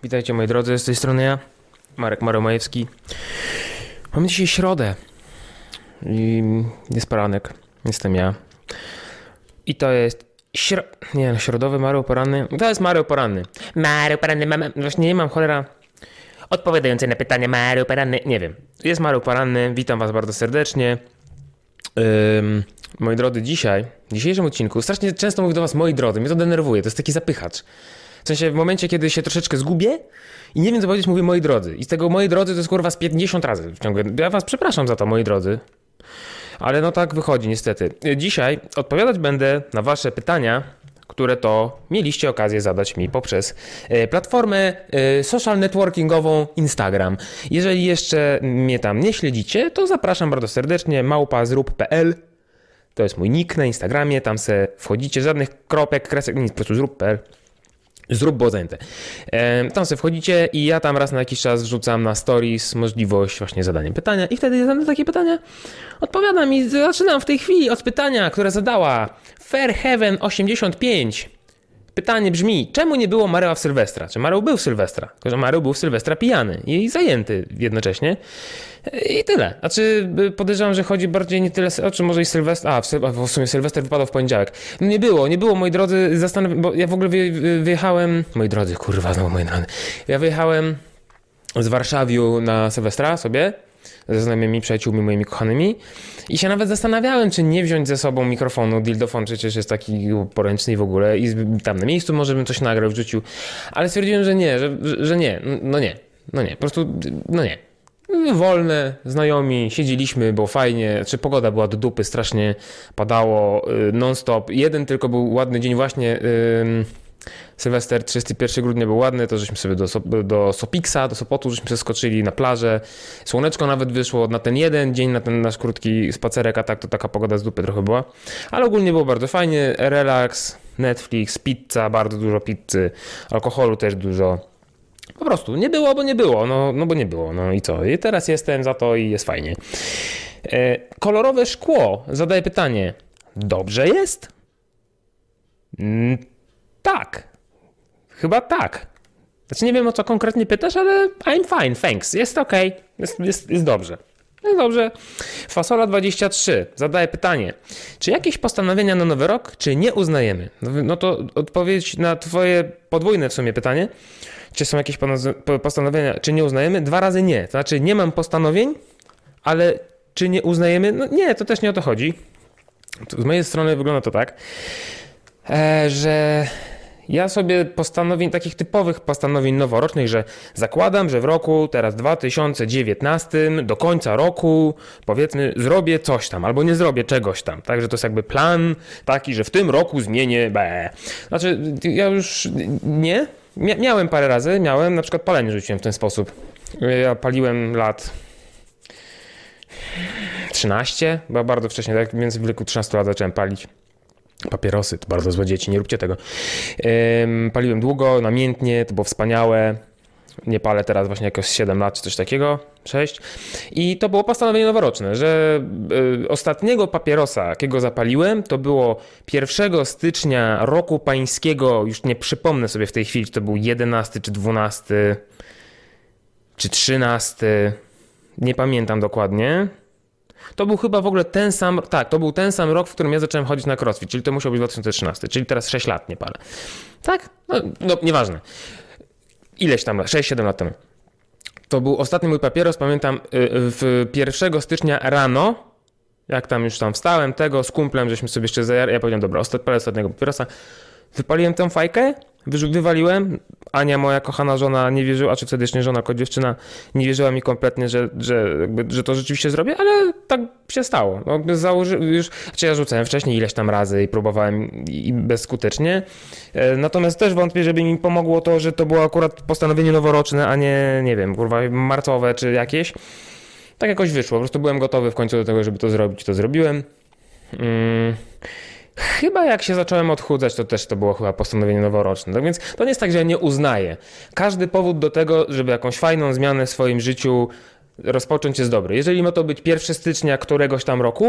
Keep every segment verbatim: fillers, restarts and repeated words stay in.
Witajcie moi drodzy, z tej strony ja, Marek Maromajewski. Mamy dzisiaj środę i jest poranek, jestem ja. I to jest śro... nie no, środowy Mareł poranny, to jest Mareł poranny. Mareł poranny, mam... właśnie nie mam cholera odpowiadającej na pytanie Mareł poranny, nie wiem. Jest Mareł poranny, witam was bardzo serdecznie. Ym, moi drodzy, dzisiaj, w dzisiejszym odcinku, strasznie często mówię do was moi drodzy, mnie to denerwuje, to jest taki zapychacz. W sensie w momencie, kiedy się troszeczkę zgubię i nie wiem co powiedzieć, mówię moi drodzy. I z tego moi drodzy to jest kurwa z pięćdziesiąt razy w ciągu. Ja was przepraszam za to, moi drodzy. Ale no tak wychodzi niestety. Dzisiaj odpowiadać będę na wasze pytania, które to mieliście okazję zadać mi poprzez platformę social networkingową Instagram. Jeżeli jeszcze mnie tam nie śledzicie, to zapraszam bardzo serdecznie, małpa zrób kropka p l. To jest mój nick na Instagramie, tam se wchodzicie, żadnych kropek, kresek, nic, po prostu zrób kropka p l. Zrób, bo zajęte. E, tam sobie wchodzicie i ja tam raz na jakiś czas wrzucam na stories możliwość właśnie zadania pytania i wtedy na takie pytania odpowiadam i zaczynam w tej chwili od pytania, które zadała Fairhaven osiemdziesiąt pięć. Pytanie brzmi, czemu nie było Mareła w Sylwestra? Czy Mareł był w Sylwestra? Tylko, że Mareł był w Sylwestra pijany i zajęty jednocześnie. I tyle. Znaczy podejrzewam, że chodzi bardziej nie tyle, o czym może i Sylwester, a w, w sumie Sylwester wypadał w poniedziałek. No nie było, nie było, moi drodzy, zastanawiam, bo ja w ogóle wyje, wyjechałem, moi drodzy, kurwa, znowu moi drodzy, ja wyjechałem z Warszawiu na Sylwestra sobie, ze znajomymi przyjaciółmi moimi kochanymi i się nawet zastanawiałem, czy nie wziąć ze sobą mikrofonu, dildofon przecież jest taki poręczny w ogóle i tam na miejscu może bym coś nagrał, wrzucił, ale stwierdziłem, że nie, że, że nie, no nie, no nie, po prostu, no nie. Wolne, znajomi, siedzieliśmy, było fajnie, czy pogoda była do dupy, strasznie padało non-stop. Jeden tylko był ładny dzień właśnie, yy, Sylwester, trzydziestego pierwszego grudnia był ładny, to żeśmy sobie do, do Sopiksa, do Sopotu, żeśmy przeskoczyli na plażę. Słoneczko nawet wyszło na ten jeden dzień, na ten nasz krótki spacerek, a tak to taka pogoda z dupy trochę była. Ale ogólnie było bardzo fajnie, relaks, Netflix, pizza, bardzo dużo pizzy, alkoholu też dużo. Po prostu nie było, bo nie było, no, no bo nie było, no i co? I teraz jestem za to i jest fajnie. E, kolorowe szkło zadaje pytanie, dobrze jest? Mm, tak, chyba tak. Znaczy nie wiem o co konkretnie pytasz, ale I'm fine, thanks, jest okej, okay. jest, jest, jest dobrze. No dobrze. Fasola dwadzieścia trzy zadaje pytanie, czy jakieś postanowienia na nowy rok, czy nie uznajemy? No to odpowiedź na twoje podwójne w sumie pytanie. Czy są jakieś postanowienia, czy nie uznajemy? Dwa razy nie. To znaczy nie mam postanowień, ale czy nie uznajemy? No nie, to też nie o to chodzi. Z mojej strony wygląda to tak, że ja sobie postanowień, takich typowych postanowień noworocznych, że zakładam, że w roku teraz dwa tysiące dziewiętnastym do końca roku powiedzmy zrobię coś tam albo nie zrobię czegoś tam. Także to jest jakby plan taki, że w tym roku zmienię B. Znaczy ja już nie... Miałem parę razy, miałem, na przykład palenie rzuciłem w ten sposób. Ja paliłem lat trzynaście, bo bardzo wcześnie, tak więc w wieku trzynastu lat zacząłem palić. Papierosy, to bardzo złe dzieci, nie róbcie tego. Ym, paliłem długo, namiętnie, to było wspaniałe. Nie palę teraz właśnie jakoś siedem lat czy coś takiego, sześć. I to było postanowienie noworoczne, że y, ostatniego papierosa, jakiego zapaliłem, to było pierwszego stycznia roku pańskiego, już nie przypomnę sobie w tej chwili, czy to był jedenasty, czy dwunasty, czy trzynasty, nie pamiętam dokładnie. To był chyba w ogóle ten sam, tak, to był ten sam rok, w którym ja zacząłem chodzić na crossfit, czyli to musiał być dwa tysiące trzynasty, czyli teraz sześć lat nie palę. Tak? No, no nieważne. Ileś tam, sześć siedem lat temu. To był ostatni mój papieros, pamiętam, w pierwszego stycznia rano, jak tam już tam wstałem, tego z kumplem, żeśmy sobie jeszcze zajarli, ja powiedziałem, dobra, palę ostatniego papierosa, wypaliłem tę fajkę, wywaliłem, Ania, moja kochana żona, nie wierzyła, czy wtedy jeszcze nie żona, tylko dziewczyna, nie wierzyła mi kompletnie, że, że, jakby, że to rzeczywiście zrobię, ale tak się stało. No, założy, już, znaczy ja rzucałem wcześniej ileś tam razy i próbowałem i, i bezskutecznie. E, natomiast też wątpię, żeby mi pomogło to, że to było akurat postanowienie noworoczne, a nie, nie wiem, kurwa, marcowe czy jakieś. Tak jakoś wyszło, po prostu byłem gotowy w końcu do tego, żeby to zrobić, to zrobiłem. Mm. Chyba jak się zacząłem odchudzać, to też to było chyba postanowienie noworoczne. Tak więc to nie jest tak, że ja nie uznaję. Każdy powód do tego, żeby jakąś fajną zmianę w swoim życiu rozpocząć jest dobry. Jeżeli ma to być pierwszego stycznia któregoś tam roku,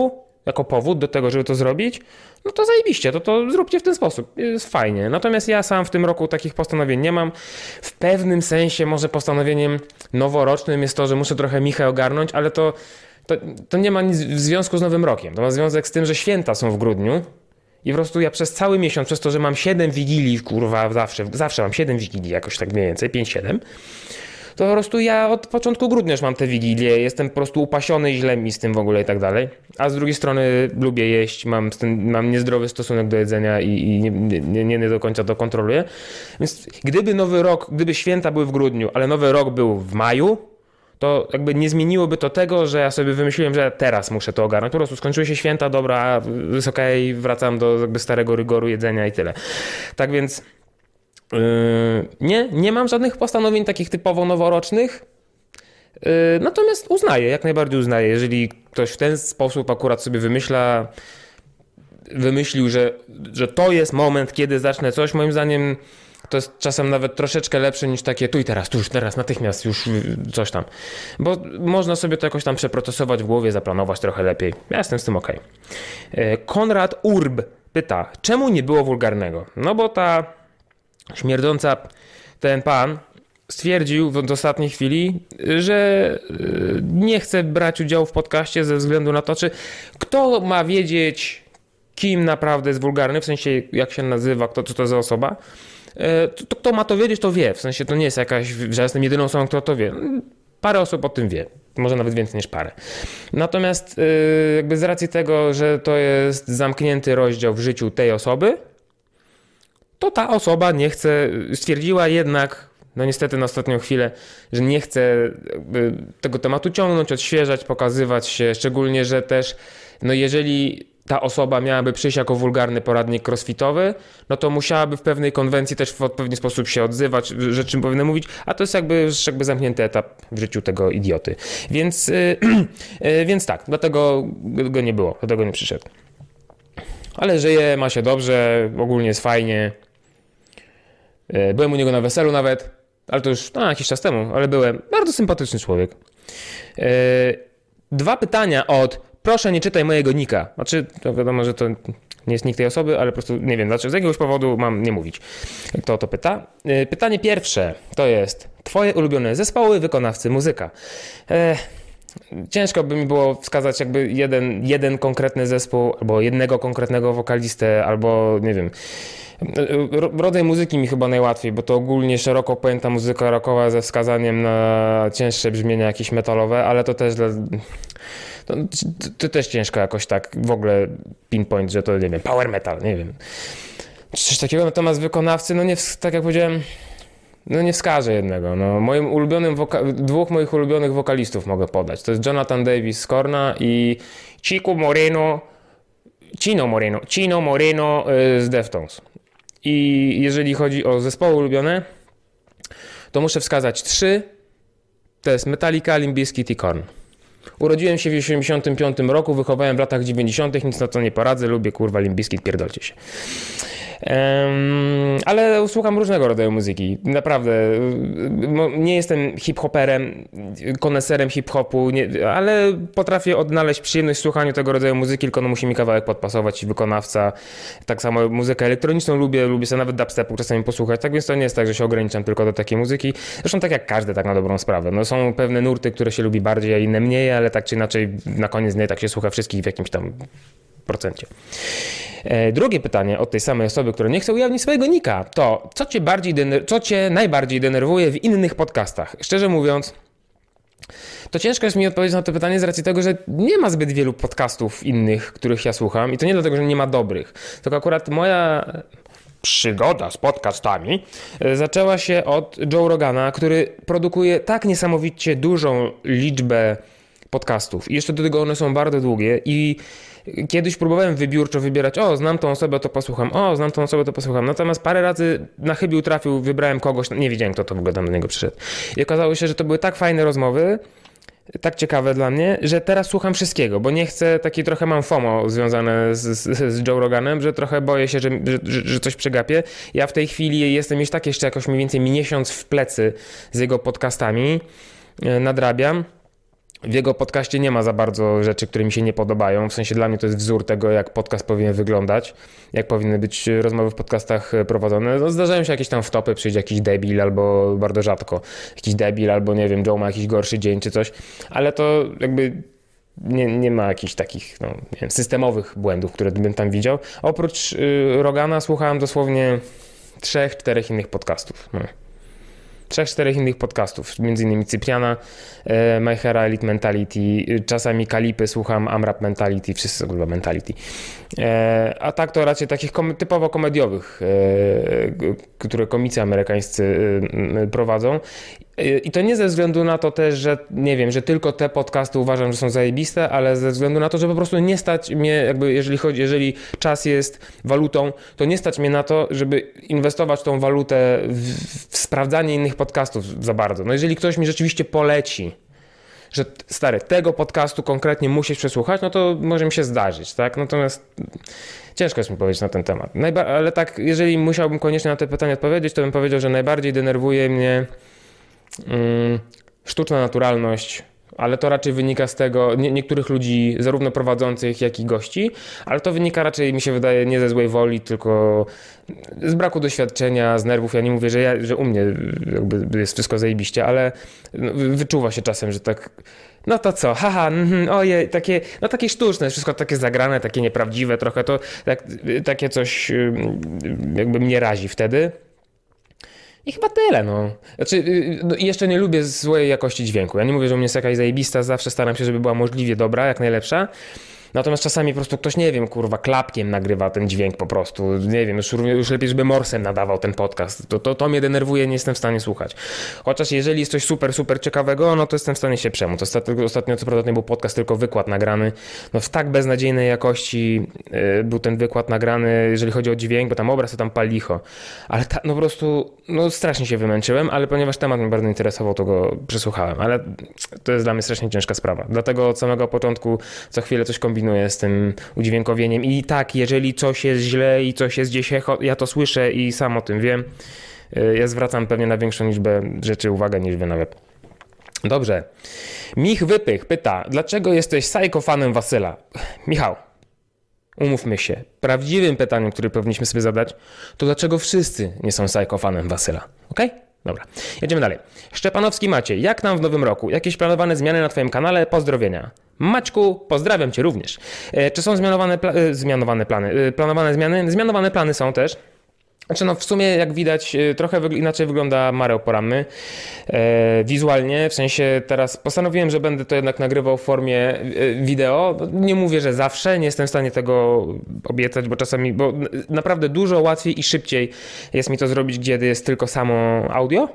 jako powód do tego, żeby to zrobić, no to zajebiście, to to zróbcie w ten sposób, jest fajnie. Natomiast ja sam w tym roku takich postanowień nie mam. W pewnym sensie może postanowieniem noworocznym jest to, że muszę trochę Michę ogarnąć, ale to, to, to nie ma nic w związku z Nowym Rokiem. To ma związek z tym, że święta są w grudniu i po prostu ja przez cały miesiąc, przez to, że mam siedem wigilii, kurwa, zawsze, zawsze mam siedem wigilii, jakoś tak mniej więcej, pięć siedem, to po prostu ja od początku grudnia już mam te wigilie, jestem po prostu upasiony i źle mi z tym w ogóle i tak dalej. A z drugiej strony lubię jeść, mam, ten, mam niezdrowy stosunek do jedzenia i, i nie, nie, nie, nie do końca to kontroluję. Więc gdyby nowy rok, gdyby święta były w grudniu, ale nowy rok był w maju, to jakby nie zmieniłoby to tego, że ja sobie wymyśliłem, że teraz muszę to ogarnąć. Po prostu skończyły się święta, dobra, jest okej, okay, wracam do jakby starego rygoru jedzenia i tyle. Tak więc Yy, nie, nie mam żadnych postanowień takich typowo noworocznych, yy, natomiast uznaję, jak najbardziej uznaję, jeżeli ktoś w ten sposób akurat sobie wymyśla, wymyślił, że, że to jest moment, kiedy zacznę coś, moim zdaniem to jest czasem nawet troszeczkę lepsze niż takie tu i teraz, tu już teraz, natychmiast już coś tam, bo można sobie to jakoś tam przeprocesować w głowie, zaplanować trochę lepiej, ja jestem z tym okej. Yy, Konrad Urb pyta, czemu nie było wulgarnego? No bo ta śmierdząca, ten pan stwierdził w ostatniej chwili, że nie chce brać udziału w podcaście ze względu na to, czy kto ma wiedzieć, kim naprawdę jest wulgarny, w sensie jak się nazywa, kto, co to za osoba, to, to kto ma to wiedzieć, to wie, w sensie to nie jest jakaś, że jestem jedyną osobą, która to wie. Parę osób o tym wie, może nawet więcej niż parę. Natomiast jakby z racji tego, że to jest zamknięty rozdział w życiu tej osoby, to ta osoba nie chce, stwierdziła jednak, no niestety na ostatnią chwilę, że nie chce tego tematu ciągnąć, odświeżać, pokazywać się, szczególnie, że też, no jeżeli ta osoba miałaby przyjść jako wulgarny poradnik crossfitowy, no to musiałaby w pewnej konwencji też w odpowiedni sposób się odzywać, rzeczy powinny mówić, a to jest jakby już jakby zamknięty etap w życiu tego idioty. Więc, yy, yy, więc tak, dlatego go nie było, dlatego nie przyszedł. Ale żyje, ma się dobrze, ogólnie jest fajnie. Byłem u niego na weselu nawet, ale to już no, jakiś czas temu, ale byłem. Bardzo sympatyczny człowiek. Dwa pytania od proszę nie czytaj mojego nika. Znaczy, to wiadomo, że to nie jest nick tej osoby, ale po prostu nie wiem, dlaczego z jakiegoś powodu mam nie mówić. Kto o to pyta? Pytanie pierwsze to jest twoje ulubione zespoły, wykonawcy, muzyka. Ciężko by mi było wskazać jakby jeden, jeden konkretny zespół, albo jednego konkretnego wokalistę, albo nie wiem. Rodzaj muzyki mi chyba najłatwiej, bo to ogólnie szeroko pojęta muzyka rockowa ze wskazaniem na cięższe brzmienia jakieś metalowe, ale to też dla... To, to też ciężko jakoś tak w ogóle pinpoint, że to nie wiem, power metal, nie wiem. Coś takiego, natomiast wykonawcy, no nie, tak jak powiedziałem, no nie wskażę jednego. No, moim ulubionym woka- dwóch moich ulubionych wokalistów mogę podać. To jest Jonathan Davis z Korna i Chico Moreno, Chino Moreno, Chino Moreno z Deftones. I jeżeli chodzi o zespoły ulubione, to muszę wskazać trzy. To jest Metallica, Limp Bizkit i Korn. Urodziłem się w osiemdziesiątym piątym roku, wychowałem w latach dziewięćdziesiątych, nic na to nie poradzę, lubię kurwa Limp Bizkit, pierdolcie się. Um, ale słucham różnego rodzaju muzyki, naprawdę. Nie jestem hip-hoperem, koneserem hip-hopu, nie, ale potrafię odnaleźć przyjemność w słuchaniu tego rodzaju muzyki, tylko no musi mi kawałek podpasować i wykonawca. Tak samo muzykę elektroniczną lubię, lubię sobie nawet dubstepu czasami posłuchać, tak więc to nie jest tak, że się ograniczam tylko do takiej muzyki. Zresztą tak jak każdy, tak na dobrą sprawę. No, są pewne nurty, które się lubi bardziej, a inne mniej, ale tak czy inaczej na koniec dnia tak się słucha wszystkich w jakimś tam procencie. Drugie pytanie od tej samej osoby, która nie chce ujawnić swojego nika, to co cię, bardziej dener- co cię najbardziej denerwuje w innych podcastach? Szczerze mówiąc, to ciężko jest mi odpowiedzieć na to pytanie z racji tego, że nie ma zbyt wielu podcastów innych, których ja słucham i to nie dlatego, że nie ma dobrych, tylko akurat moja przygoda z podcastami zaczęła się od Joe Rogana, który produkuje tak niesamowicie dużą liczbę podcastów i jeszcze do tego one są bardzo długie i kiedyś próbowałem wybiórczo wybierać, o znam tą osobę, to posłucham, o znam tą osobę, to posłucham, natomiast parę razy na chybił trafił, wybrałem kogoś, nie wiedziałem kto to w ogóle tam do niego przyszedł i okazało się, że to były tak fajne rozmowy, tak ciekawe dla mnie, że teraz słucham wszystkiego, bo nie chcę, taki trochę mam FOMO związane z, z, z Joe Roganem, że trochę boję się, że, że, że coś przegapię. Ja w tej chwili jestem już tak jeszcze jakoś mniej więcej miesiąc w plecy z jego podcastami, nadrabiam. W jego podcaście nie ma za bardzo rzeczy, które mi się nie podobają. W sensie dla mnie to jest wzór tego, jak podcast powinien wyglądać, jak powinny być rozmowy w podcastach prowadzone. No, zdarzają się jakieś tam wtopy, przyjdzie jakiś debil albo bardzo rzadko jakiś debil albo nie wiem, Joe ma jakiś gorszy dzień czy coś, ale to jakby nie, nie ma jakichś takich no, nie wiem, systemowych błędów, które bym tam widział. Oprócz y, Rogana słuchałem dosłownie trzech, czterech innych podcastów. No. Trzech, czterech innych podcastów, między innymi Cypriana, e, Majchera, Elite Mentality, czasami Kalipy, słucham Amrap Mentality, wszyscy chyba Mentality. E, a tak to raczej takich kom- typowo komediowych, e, które komicy amerykańscy e, prowadzą. I to nie ze względu na to też, że nie wiem, że tylko te podcasty uważam, że są zajebiste, ale ze względu na to, że po prostu nie stać mnie, jakby jeżeli chodzi, jeżeli czas jest walutą, to nie stać mnie na to, żeby inwestować tą walutę w, w sprawdzanie innych podcastów za bardzo. No jeżeli ktoś mi rzeczywiście poleci, że stary, tego podcastu konkretnie musisz przesłuchać, no to może mi się zdarzyć, tak? Natomiast ciężko jest mi powiedzieć na ten temat. Najba- ale tak, jeżeli musiałbym koniecznie na te pytania odpowiedzieć, to bym powiedział, że najbardziej denerwuje mnie Hmm, sztuczna naturalność, ale to raczej wynika z tego, nie, niektórych ludzi, zarówno prowadzących, jak i gości, ale to wynika raczej, mi się wydaje, nie ze złej woli, tylko z braku doświadczenia, z nerwów. Ja nie mówię, że, ja, że u mnie jakby jest wszystko zajebiście, ale wyczuwa się czasem, że tak, no to co, haha, mm, ojej, takie, no takie sztuczne, wszystko takie zagrane, takie nieprawdziwe trochę, to tak, takie coś jakby mnie razi wtedy. I chyba tyle, no. Znaczy, no jeszcze nie lubię złej jakości dźwięku. Ja nie mówię, że u mnie jest jakaś zajebista, zawsze staram się, żeby była możliwie dobra, jak najlepsza. Natomiast czasami po prostu ktoś, nie wiem, kurwa, klapkiem nagrywa ten dźwięk po prostu. Nie wiem, już, już lepiej, żeby Morsem nadawał ten podcast. To, to, to mnie denerwuje, nie jestem w stanie słuchać. Chociaż jeżeli jest coś super, super ciekawego, no to jestem w stanie się przemóc. Ostatnio, ostatnio co prawda nie był podcast, tylko wykład nagrany. No w tak beznadziejnej jakości yy, był ten wykład nagrany, jeżeli chodzi o dźwięk, bo tam obraz to tam pal licho. Ale ta, no po prostu, no strasznie się wymęczyłem, ale ponieważ temat mnie bardzo interesował, to go przesłuchałem. Ale to jest dla mnie strasznie ciężka sprawa. Dlatego od samego początku co chwilę coś kombinuję z tym udźwiękowieniem i tak, jeżeli coś jest źle i coś jest gdzieś echo, ja to słyszę i sam o tym wiem. Ja zwracam pewnie na większą liczbę rzeczy uwagę niż wy nawet. Dobrze. Mich Wypych pyta, dlaczego jesteś psychofanem Wasyla? Michał, umówmy się. Prawdziwym pytaniem, które powinniśmy sobie zadać, to dlaczego wszyscy nie są psychofanem Wasyla? Okej? Okay? Dobra, jedziemy dalej. Szczepanowski Maciej, jak nam w nowym roku? Jakieś planowane zmiany na twoim kanale? Pozdrowienia. Maćku, pozdrawiam cię również. E, czy są zmianowane, pla- e, zmianowane plany? E, planowane zmiany? Zmianowane plany są też. Znaczy no w sumie jak widać trochę wygl- inaczej wygląda Mareo Poranny e, wizualnie, w sensie teraz postanowiłem, że będę to jednak nagrywał w formie e, wideo. Nie mówię, że zawsze, nie jestem w stanie tego obiecać, bo czasami, bo naprawdę dużo łatwiej i szybciej jest mi to zrobić, kiedy jest tylko samo audio.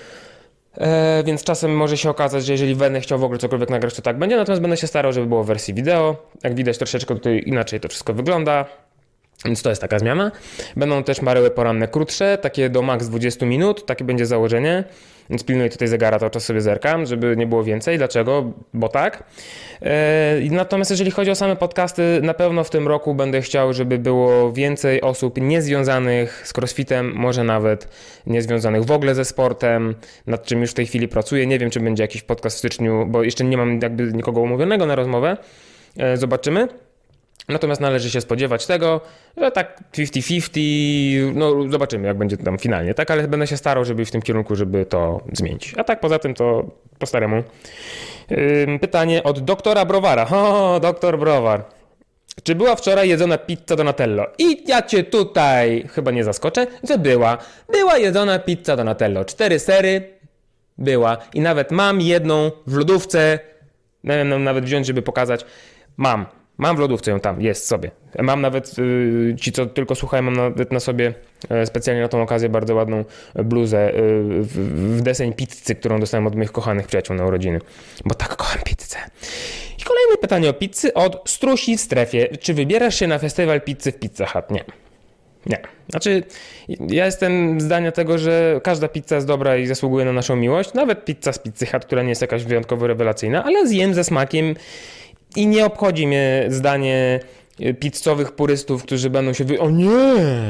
E, więc czasem może się okazać, że jeżeli będę chciał w ogóle cokolwiek nagrać, to tak będzie, natomiast będę się starał, żeby było w wersji wideo. Jak widać troszeczkę tutaj inaczej to wszystko wygląda. Więc to jest taka zmiana. Będą też mareły poranne krótsze, takie do maks dwadzieścia minut, takie będzie założenie. Więc pilnuję tutaj zegara, to czas sobie zerkam, żeby nie było więcej. Dlaczego? Bo tak. Yy, natomiast jeżeli chodzi o same podcasty, na pewno w tym roku będę chciał, żeby było więcej osób niezwiązanych z crossfitem, może nawet niezwiązanych w ogóle ze sportem, nad czym już w tej chwili pracuję. Nie wiem, czy będzie jakiś podcast w styczniu, bo jeszcze nie mam jakby nikogo umówionego na rozmowę. Yy, zobaczymy. Natomiast należy się spodziewać tego, że tak pięćdziesiąt pięćdziesiąt, no zobaczymy jak będzie tam finalnie, tak, ale będę się starał, żeby w tym kierunku, żeby to zmienić. A tak poza tym to po staremu. Yy, pytanie od doktora Browara. O, doktor Browar. Czy była wczoraj jedzona pizza Donatello? I ja cię tutaj chyba nie zaskoczę, że była. Była jedzona pizza Donatello. Cztery sery była i nawet mam jedną w lodówce. Miałem nawet wziąć, żeby pokazać. Mam. Mam w lodówce ją tam, jest sobie. Mam nawet, yy, ci co tylko słuchają, mam nawet na sobie yy, specjalnie na tą okazję bardzo ładną bluzę yy, w, w deseń pizzy, którą dostałem od moich kochanych przyjaciół na urodziny. Bo tak kocham pizzę. I kolejne pytanie o pizzy od Strusi w strefie. Czy wybierasz się na festiwal pizzy w Pizza Hut? Nie. Nie. Znaczy, ja jestem zdania tego, że każda pizza jest dobra i zasługuje na naszą miłość. Nawet pizza z Pizzy Hut, która nie jest jakaś wyjątkowo rewelacyjna, ale zjem ze smakiem. I nie obchodzi mnie zdanie pizzowych purystów, którzy będą się wy... O nie!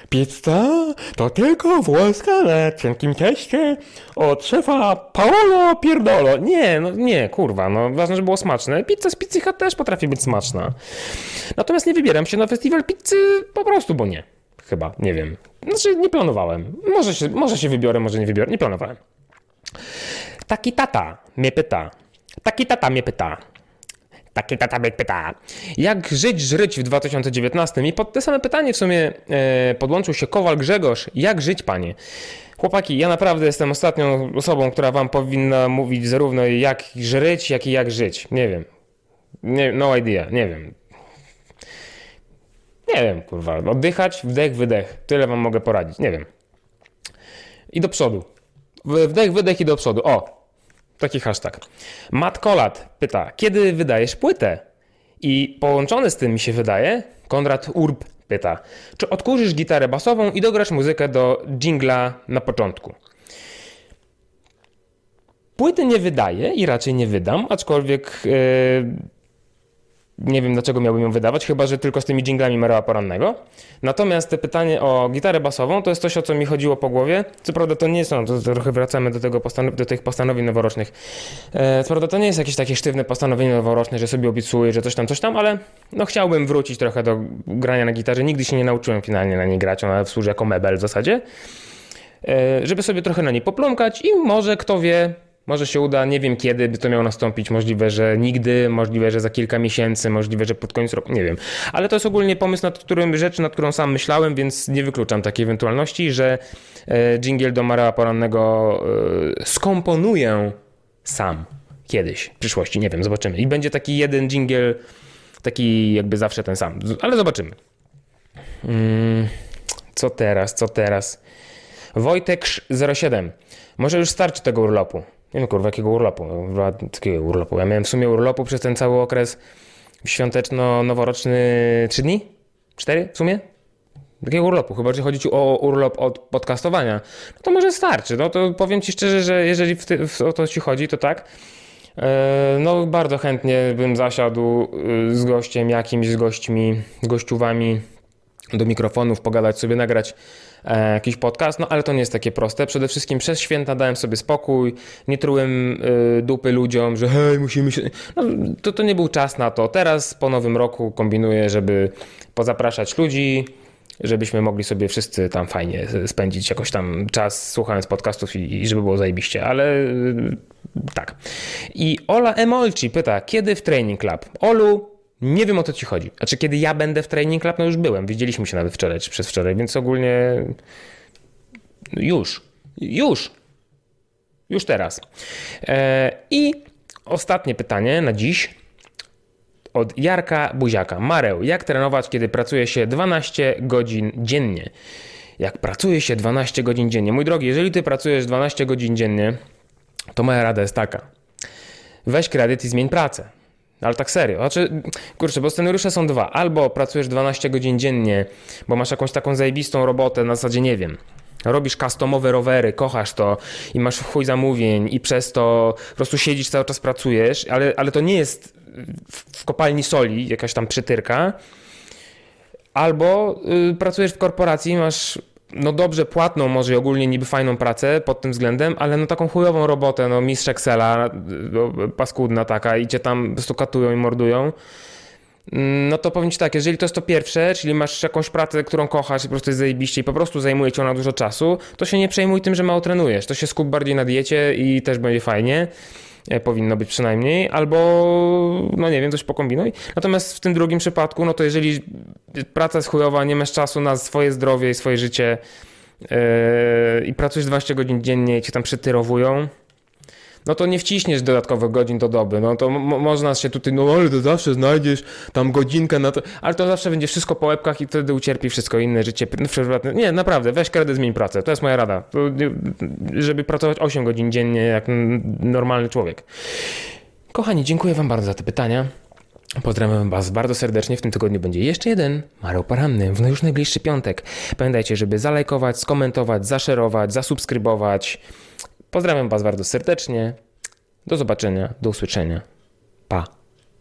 Pizza to tylko włoska na cienkim cieście od szefa Paolo Pierdolo. Nie, no nie, kurwa, no ważne, żeby było smaczne. Pizza z Pizzy Hut też potrafi być smaczna. Natomiast nie wybieram się na festiwal pizzy po prostu, bo nie. Chyba, nie wiem. Znaczy nie planowałem. Może się, może się wybiorę, może nie wybiorę. Nie planowałem. Taki tata mnie pyta. Taki tata mnie pyta. Taki tata mnie pyta. Jak żyć, żryć w dwa tysiące dziewiętnastym? I pod te same pytanie w sumie e, podłączył się Kowal Grzegorz. Jak żyć, panie? Chłopaki, ja naprawdę jestem ostatnią osobą, która wam powinna mówić zarówno jak żryć, jak i jak żyć. Nie wiem. Nie, no idea, nie wiem. Nie wiem, kurwa. Oddychać, wdech, wydech. Tyle wam mogę poradzić. Nie wiem. I do przodu. Wdech, wydech i do przodu. O! Taki hashtag. Matt Kolat pyta, kiedy wydajesz płytę? I połączony z tym mi się wydaje, Konrad Urb pyta, czy odkurzysz gitarę basową i dograsz muzykę do dżingla na początku? Płyty nie wydaję i raczej nie wydam, aczkolwiek yy, nie wiem dlaczego miałbym ją wydawać, chyba że tylko z tymi dżinglami Mareła Porannego. Natomiast te pytanie o gitarę basową to jest coś, o co mi chodziło po głowie. Co prawda to nie są, to, to trochę wracamy do, tego postanow- do tych postanowień noworocznych. E, co prawda to nie jest jakieś takie sztywne postanowienie noworoczne, że sobie obiecuję, że coś tam, coś tam, ale no chciałbym wrócić trochę do grania na gitarze. Nigdy się nie nauczyłem finalnie na niej grać, ona służy jako mebel w zasadzie. E, żeby sobie trochę na niej popląkać i może, kto wie, może się uda, nie wiem kiedy by to miało nastąpić, możliwe, że nigdy, możliwe, że za kilka miesięcy, możliwe, że pod koniec roku, nie wiem. Ale to jest ogólnie pomysł, nad którym, rzecz, nad którą sam myślałem, więc nie wykluczam takiej ewentualności, że e, dżingiel do Mareła Porannego e, skomponuję sam kiedyś, w przyszłości, nie wiem, zobaczymy. I będzie taki jeden dżingiel, taki jakby zawsze ten sam, ale zobaczymy. Hmm, co teraz, co teraz? Wojtek zero siedem. Może już starczy tego urlopu. Nie wiem, kurwa, jakiego urlopu? Takiego urlopu. Ja miałem w sumie urlopu przez ten cały okres świąteczno-noworoczny trzy dni? cztery w sumie? Takiego urlopu. Chyba, że chodzi ci o urlop od podcastowania. No to może starczy. No to powiem ci szczerze, że jeżeli w ty, w, o to ci chodzi, to tak. E, no bardzo chętnie bym zasiadł z gościem jakimś, z gośćmi, z gościuwami do mikrofonów, pogadać sobie, nagrać e, jakiś podcast, no ale to nie jest takie proste. Przede wszystkim przez święta dałem sobie spokój, nie trułem y, dupy ludziom, że hej, musimy się... No, to, to nie był czas na to. Teraz po nowym roku kombinuję, żeby pozapraszać ludzi, żebyśmy mogli sobie wszyscy tam fajnie spędzić jakoś tam czas słuchając podcastów i, i żeby było zajebiście, ale y, tak. I Ola Emolci pyta, kiedy w Training Club? Olu, nie wiem o co ci chodzi. Znaczy, kiedy ja będę w Training Club, no już byłem. Widzieliśmy się nawet wczoraj, czy przez wczoraj, więc ogólnie już. Już. Już teraz. Eee, I ostatnie pytanie na dziś od Jarka Buziaka. Mareł, jak trenować, kiedy pracuje się dwanaście godzin dziennie? Jak pracuje się dwanaście godzin dziennie? Mój drogi, jeżeli ty pracujesz dwanaście godzin dziennie, to moja rada jest taka. Weź kredyt i zmień pracę. Ale tak serio, znaczy, kurczę, bo scenariusze są dwa. Albo pracujesz dwanaście godzin dziennie, bo masz jakąś taką zajebistą robotę, na zasadzie nie wiem, robisz customowe rowery, kochasz to i masz chuj zamówień i przez to po prostu siedzisz, cały czas pracujesz, ale, ale to nie jest w, w kopalni soli jakaś tam przytyrka. Albo y, pracujesz w korporacji, masz no dobrze płatną, może i ogólnie niby fajną pracę pod tym względem, ale no taką chujową robotę, no mistrz Excela, no, paskudna taka i cię tam po prostu katują i mordują. No to powiem ci tak, jeżeli to jest to pierwsze, czyli masz jakąś pracę, którą kochasz i po prostu jest zajebiście i po prostu zajmuje cię ona dużo czasu, to się nie przejmuj tym, że mało trenujesz. To się skup bardziej na diecie i też będzie fajnie. Powinno być przynajmniej, albo no nie wiem, coś pokombinuj. Natomiast w tym drugim przypadku, no to jeżeli praca jest chujowa, nie masz czasu na swoje zdrowie i swoje życie yy, i pracujesz dwanaście godzin dziennie i cię tam przytyrowują, no to nie wciśniesz dodatkowych godzin do doby. No to m- można się tutaj, no ale to zawsze znajdziesz tam godzinkę na to, ale to zawsze będzie wszystko po łebkach i wtedy ucierpi wszystko inne życie. Nie, naprawdę, weź kredyt, zmień pracę. To jest moja rada. Żeby pracować osiem godzin dziennie jak normalny człowiek. Kochani, dziękuję wam bardzo za te pytania. Pozdrawiam was bardzo serdecznie. W tym tygodniu będzie jeszcze jeden Mareł Poranny, w już najbliższy piątek. Pamiętajcie, żeby zalajkować, skomentować, zaszerować, zasubskrybować. Pozdrawiam was bardzo serdecznie. Do zobaczenia, do usłyszenia. Pa.